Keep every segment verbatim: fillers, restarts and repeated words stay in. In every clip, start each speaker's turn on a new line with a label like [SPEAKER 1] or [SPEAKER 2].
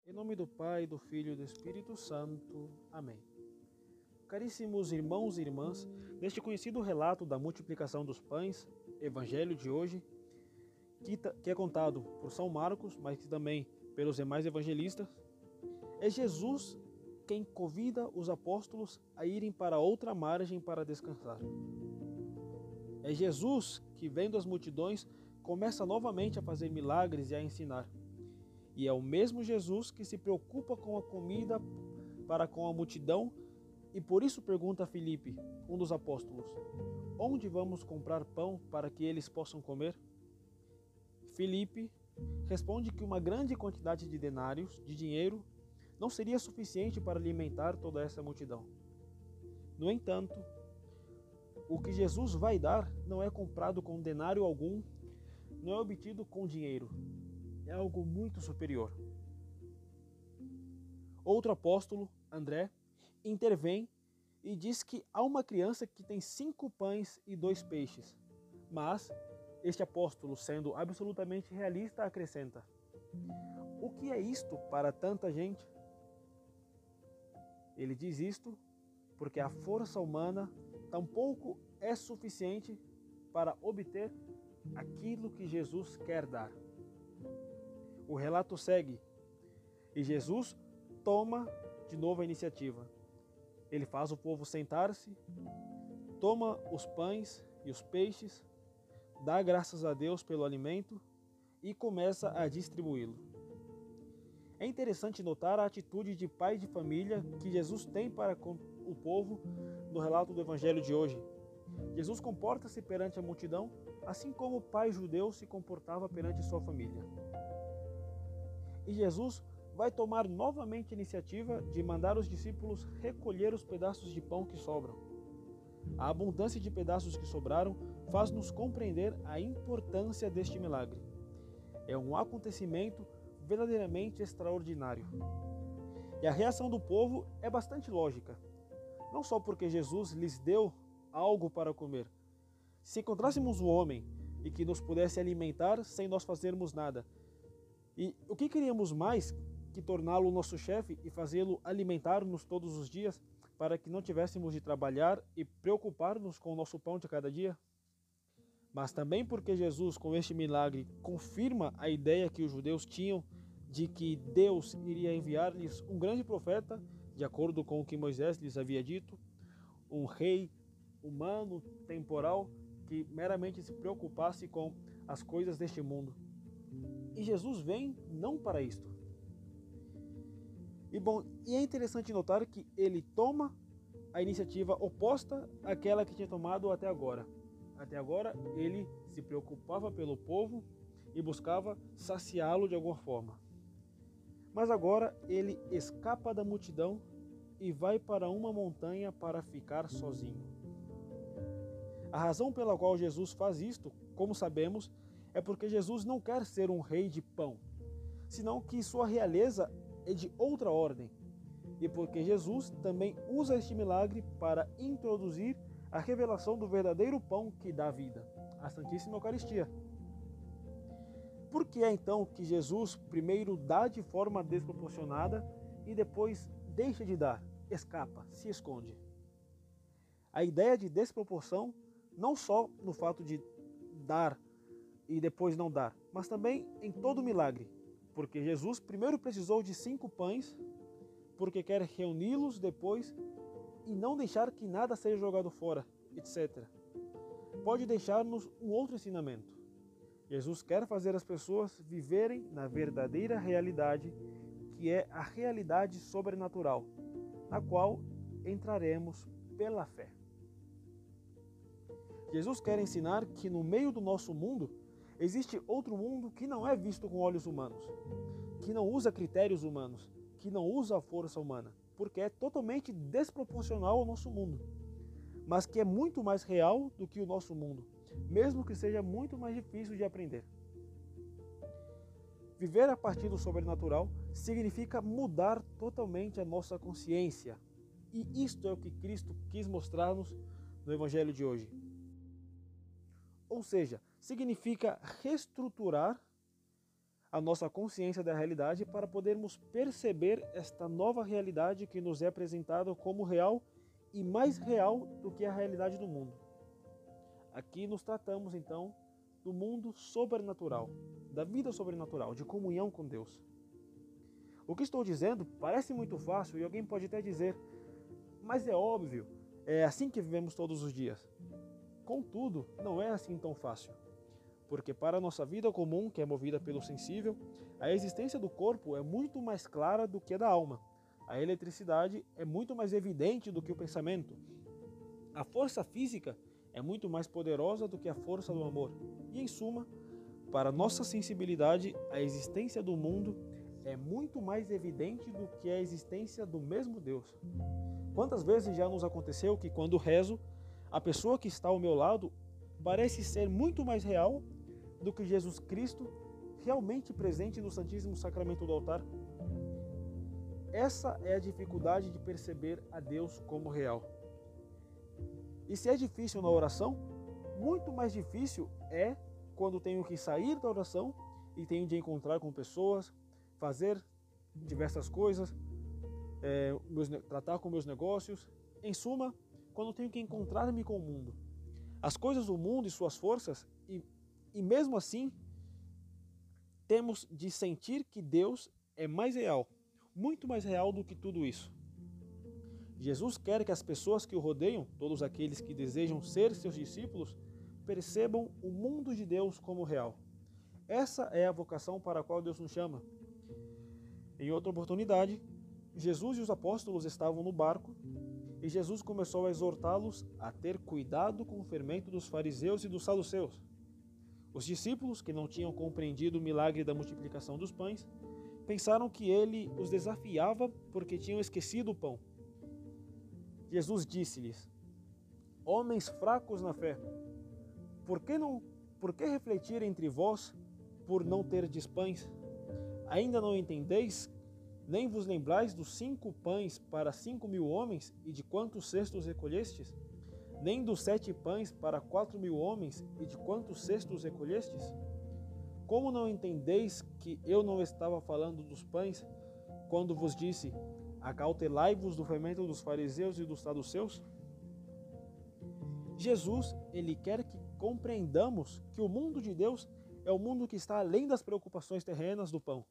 [SPEAKER 1] Em nome do Pai, do Filho e do Espírito Santo. Amém. Caríssimos irmãos e irmãs, neste conhecido relato da multiplicação dos pães, Evangelho de hoje, que é contado por São Marcos, mas que também pelos demais evangelistas, é Jesus quem convida os apóstolos a irem para outra margem para descansar. É Jesus que, vendo as multidões, começa novamente a fazer milagres e a ensinar. E é o mesmo Jesus que se preocupa com a comida para com a multidão e por isso pergunta a Filipe, um dos apóstolos, onde vamos comprar pão para que eles possam comer? Filipe responde que uma grande quantidade de denários, de dinheiro, não seria suficiente para alimentar toda essa multidão. No entanto, o que Jesus vai dar não é comprado com denário algum, não é obtido com dinheiro. É algo muito superior. Outro apóstolo, André, intervém e diz que há uma criança que tem cinco pães e dois peixes. Mas este apóstolo, sendo absolutamente realista, acrescenta: o que é isto para tanta gente? Ele diz isto porque a força humana tampouco é suficiente para obter aquilo que Jesus quer dar. O relato segue e Jesus toma de novo a iniciativa. Ele faz o povo sentar-se, toma os pães e os peixes, dá graças a Deus pelo alimento e começa a distribuí-lo. É interessante notar a atitude de pai de família que Jesus tem para com o povo no relato do Evangelho de hoje. Jesus comporta-se perante a multidão, assim como o pai judeu se comportava perante sua família. E Jesus vai tomar novamente a iniciativa de mandar os discípulos recolher os pedaços de pão que sobram. A abundância de pedaços que sobraram faz-nos compreender a importância deste milagre. É um acontecimento verdadeiramente extraordinário. E a reação do povo é bastante lógica. Não só porque Jesus lhes deu algo para comer. Se encontrássemos um homem e que nos pudesse alimentar sem nós fazermos nada, e o que queríamos mais que torná-lo nosso chefe e fazê-lo alimentar-nos todos os dias para que não tivéssemos de trabalhar e preocupar-nos com o nosso pão de cada dia? Mas também porque Jesus, com este milagre, confirma a ideia que os judeus tinham de que Deus iria enviar-lhes um grande profeta, de acordo com o que Moisés lhes havia dito, um rei humano, temporal, que meramente se preocupasse com as coisas deste mundo. E Jesus vem não para isto. E bom, e é interessante notar que ele toma a iniciativa oposta àquela que tinha tomado até agora. Até agora ele se preocupava pelo povo e buscava saciá-lo de alguma forma. Mas agora ele escapa da multidão e vai para uma montanha para ficar sozinho. A razão pela qual Jesus faz isto, como sabemos, é porque Jesus não quer ser um rei de pão, senão que sua realeza é de outra ordem, e porque Jesus também usa este milagre para introduzir a revelação do verdadeiro pão que dá vida, a Santíssima Eucaristia. Por que é então que Jesus primeiro dá de forma desproporcionada e depois deixa de dar, escapa, se esconde? A ideia de desproporção não só no fato de dar e depois não dar, mas também em todo milagre, porque Jesus primeiro precisou de cinco pães, porque quer reuni-los depois e não deixar que nada seja jogado fora, etcétera. Pode deixar-nos um outro ensinamento. Jesus quer fazer as pessoas viverem na verdadeira realidade, que é a realidade sobrenatural, na qual entraremos pela fé. Jesus quer ensinar que no meio do nosso mundo existe outro mundo que não é visto com olhos humanos, que não usa critérios humanos, que não usa a força humana, porque é totalmente desproporcional ao nosso mundo, mas que é muito mais real do que o nosso mundo, mesmo que seja muito mais difícil de aprender. Viver a partir do sobrenatural significa mudar totalmente a nossa consciência, e isto é o que Cristo quis mostrar-nos no Evangelho de hoje. Ou seja, significa reestruturar a nossa consciência da realidade para podermos perceber esta nova realidade que nos é apresentada como real e mais real do que a realidade do mundo. Aqui nos tratamos então do mundo sobrenatural, da vida sobrenatural, de comunhão com Deus. O que estou dizendo parece muito fácil e alguém pode até dizer, mas é óbvio, é assim que vivemos todos os dias. Contudo, não é assim tão fácil. Porque para a nossa vida comum, que é movida pelo sensível, a existência do corpo é muito mais clara do que a da alma. A eletricidade é muito mais evidente do que o pensamento. A força física é muito mais poderosa do que a força do amor. E, em suma, para nossa sensibilidade, a existência do mundo é muito mais evidente do que a existência do mesmo Deus. Quantas vezes já nos aconteceu que, quando rezo, a pessoa que está ao meu lado parece ser muito mais real do que Jesus Cristo realmente presente no Santíssimo Sacramento do altar? Essa é a dificuldade de perceber a Deus como real. E se é difícil na oração, muito mais difícil é quando tenho que sair da oração e tenho de encontrar com pessoas, fazer diversas coisas, é, meus, tratar com meus negócios. Em suma, quando tenho que encontrar-me com o mundo, as coisas do mundo e suas forças, e, e mesmo assim, temos de sentir que Deus é mais real, muito mais real do que tudo isso. Jesus quer que as pessoas que o rodeiam, todos aqueles que desejam ser seus discípulos, percebam o mundo de Deus como real. Essa é a vocação para a qual Deus nos chama. Em outra oportunidade, Jesus e os apóstolos estavam no barco e Jesus começou a exortá-los a ter cuidado com o fermento dos fariseus e dos saduceus. Os discípulos, que não tinham compreendido o milagre da multiplicação dos pães, pensaram que ele os desafiava porque tinham esquecido o pão. Jesus disse-lhes: homens fracos na fé, por que não, por que refletir entre vós por não terdes pães? Ainda não entendeis, nem vos lembrais dos cinco pães para cinco mil homens e de quantos cestos recolhestes? Nem dos sete pães para quatro mil homens e de quantos cestos recolhestes? Como não entendeis que eu não estava falando dos pães, quando vos disse, acautelai-vos do fermento dos fariseus e dos saduceus? Jesus, ele quer que compreendamos que o mundo de Deus é o mundo que está além das preocupações terrenas do pão.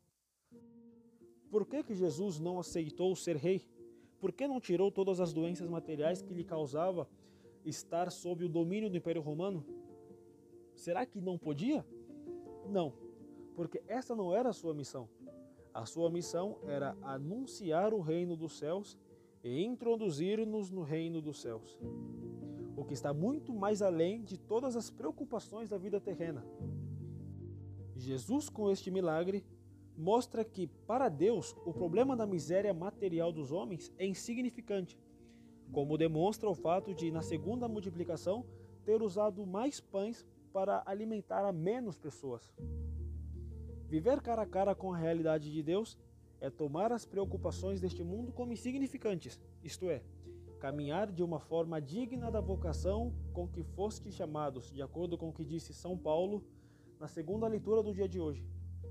[SPEAKER 1] Por que que Jesus não aceitou ser rei? Por que não tirou todas as doenças materiais que lhe causava estar sob o domínio do Império Romano? Será que não podia? Não, porque essa não era a sua missão. A sua missão era anunciar o reino dos céus e introduzir-nos no reino dos céus, o que está muito mais além de todas as preocupações da vida terrena. Jesus, com este milagre, mostra que, para Deus, o problema da miséria material dos homens é insignificante, como demonstra o fato de, na segunda multiplicação, ter usado mais pães para alimentar a menos pessoas. Viver cara a cara com a realidade de Deus é tomar as preocupações deste mundo como insignificantes, isto é, caminhar de uma forma digna da vocação com que foste chamados, de acordo com o que disse São Paulo na segunda leitura do dia de hoje.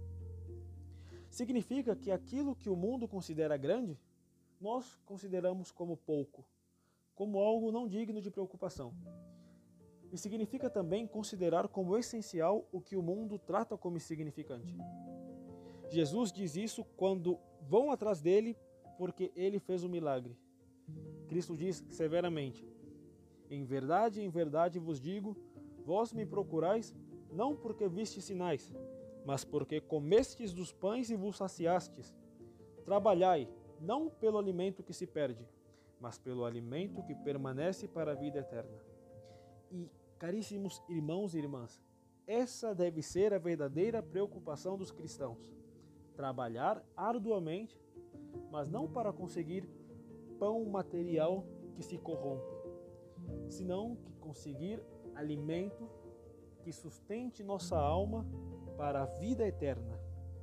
[SPEAKER 1] Significa que aquilo que o mundo considera grande, nós consideramos como pouco, como algo não digno de preocupação. E significa também considerar como essencial o que o mundo trata como insignificante. Jesus diz isso quando vão atrás dele porque ele fez o milagre. Cristo diz severamente: em verdade, em verdade vos digo, vós me procurais não porque vistes sinais, mas porque comestes dos pães e vos saciastes. Trabalhai, não pelo alimento que se perde, mas pelo alimento que permanece para a vida eterna. E, caríssimos irmãos e irmãs, essa deve ser a verdadeira preocupação dos cristãos. Trabalhar arduamente, mas não para conseguir pão material que se corrompe, senão que conseguir alimento que sustente nossa alma para a vida eterna.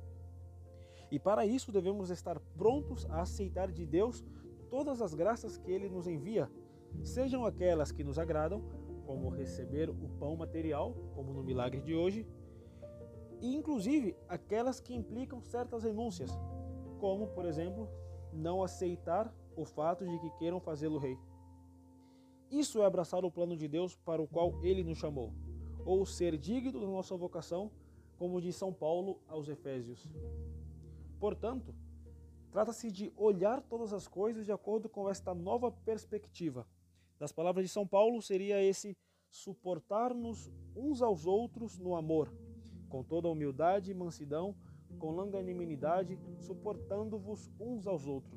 [SPEAKER 1] E para isso devemos estar prontos a aceitar de Deus todas as graças que Ele nos envia, sejam aquelas que nos agradam, como receber o pão material, como no milagre de hoje, e inclusive aquelas que implicam certas renúncias, como, por exemplo, não aceitar o fato de que queiram fazê-lo rei. Isso é abraçar o plano de Deus para o qual Ele nos chamou, ou ser digno da nossa vocação, como diz São Paulo aos Efésios. Portanto, trata-se de olhar todas as coisas de acordo com esta nova perspectiva. Das palavras de São Paulo, seria esse suportar-nos uns aos outros no amor, com toda humildade e mansidão, com longanimidade, suportando-vos uns aos outros.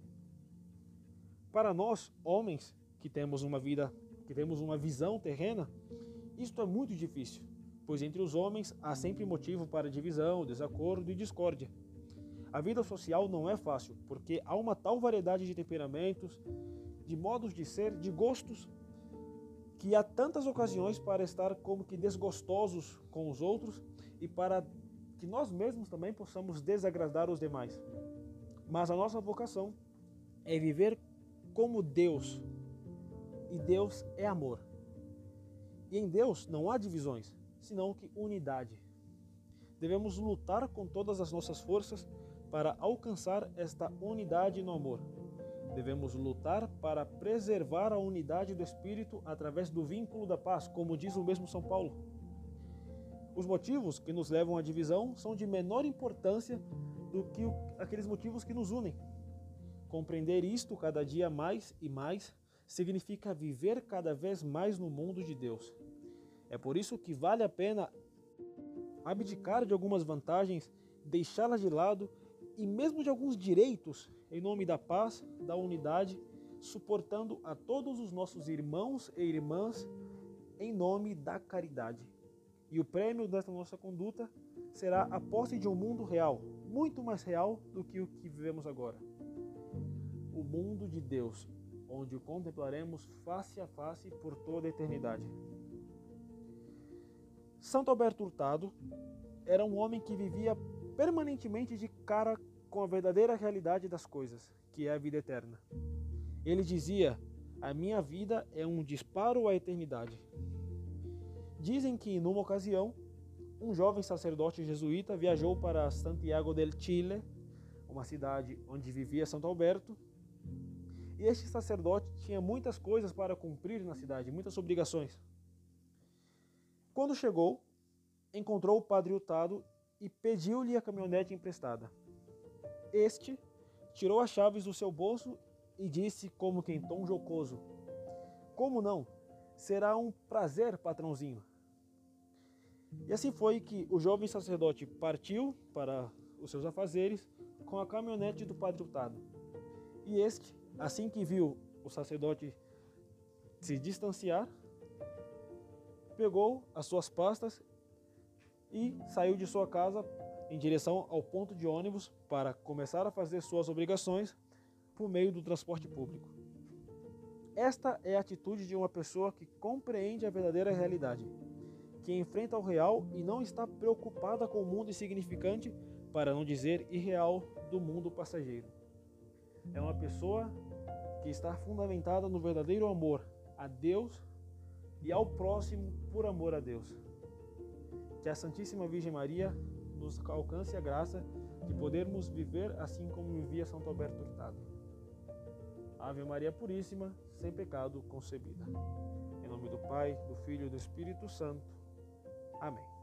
[SPEAKER 1] Para nós, homens, que temos uma vida, que temos uma visão terrena, isto é muito difícil, pois entre os homens há sempre motivo para divisão, desacordo e discórdia. A vida social não é fácil, porque há uma tal variedade de temperamentos, de modos de ser, de gostos, que há tantas ocasiões para estar como que desgostosos com os outros e para que nós mesmos também possamos desagradar os demais. Mas a nossa vocação é viver como Deus, e Deus é amor. E em Deus não há divisões, senão que unidade. Devemos lutar com todas as nossas forças para alcançar esta unidade no amor. Devemos lutar para preservar a unidade do Espírito através do vínculo da paz, como diz o mesmo São Paulo. Os motivos que nos levam à divisão são de menor importância do que aqueles motivos que nos unem. Compreender isto cada dia mais e mais significa viver cada vez mais no mundo de Deus. É por isso que vale a pena abdicar de algumas vantagens, deixá-las de lado e mesmo de alguns direitos em nome da paz, da unidade, suportando a todos os nossos irmãos e irmãs em nome da caridade. E o prêmio desta nossa conduta será a posse de um mundo real, muito mais real do que o que vivemos agora. O mundo de Deus, onde o contemplaremos face a face por toda a eternidade. Santo Alberto Hurtado era um homem que vivia permanentemente de cara com a verdadeira realidade das coisas, que é a vida eterna. Ele dizia: a minha vida é um disparo à eternidade. Dizem que, numa ocasião, um jovem sacerdote jesuíta viajou para Santiago del Chile, uma cidade onde vivia Santo Alberto, e este sacerdote tinha muitas coisas para cumprir na cidade, muitas obrigações. Quando chegou, encontrou o padre Hurtado e pediu-lhe a caminhonete emprestada. Este tirou as chaves do seu bolso e disse, como que em tom jocoso: como não? Será um prazer, patrãozinho. E assim foi que o jovem sacerdote partiu para os seus afazeres com a caminhonete do padre Hurtado. E este, assim que viu o sacerdote se distanciar, pegou as suas pastas e saiu de sua casa em direção ao ponto de ônibus para começar a fazer suas obrigações por meio do transporte público. Esta é a atitude de uma pessoa que compreende a verdadeira realidade, que enfrenta o real e não está preocupada com o mundo insignificante, para não dizer irreal, do mundo passageiro. É uma pessoa que está fundamentada no verdadeiro amor a Deus e ao próximo por amor a Deus. Que a Santíssima Virgem Maria nos alcance a graça de podermos viver assim como vivia Santo Alberto Hurtado. Ave Maria Puríssima, sem pecado concebida. Em nome do Pai, do Filho e do Espírito Santo. Amém.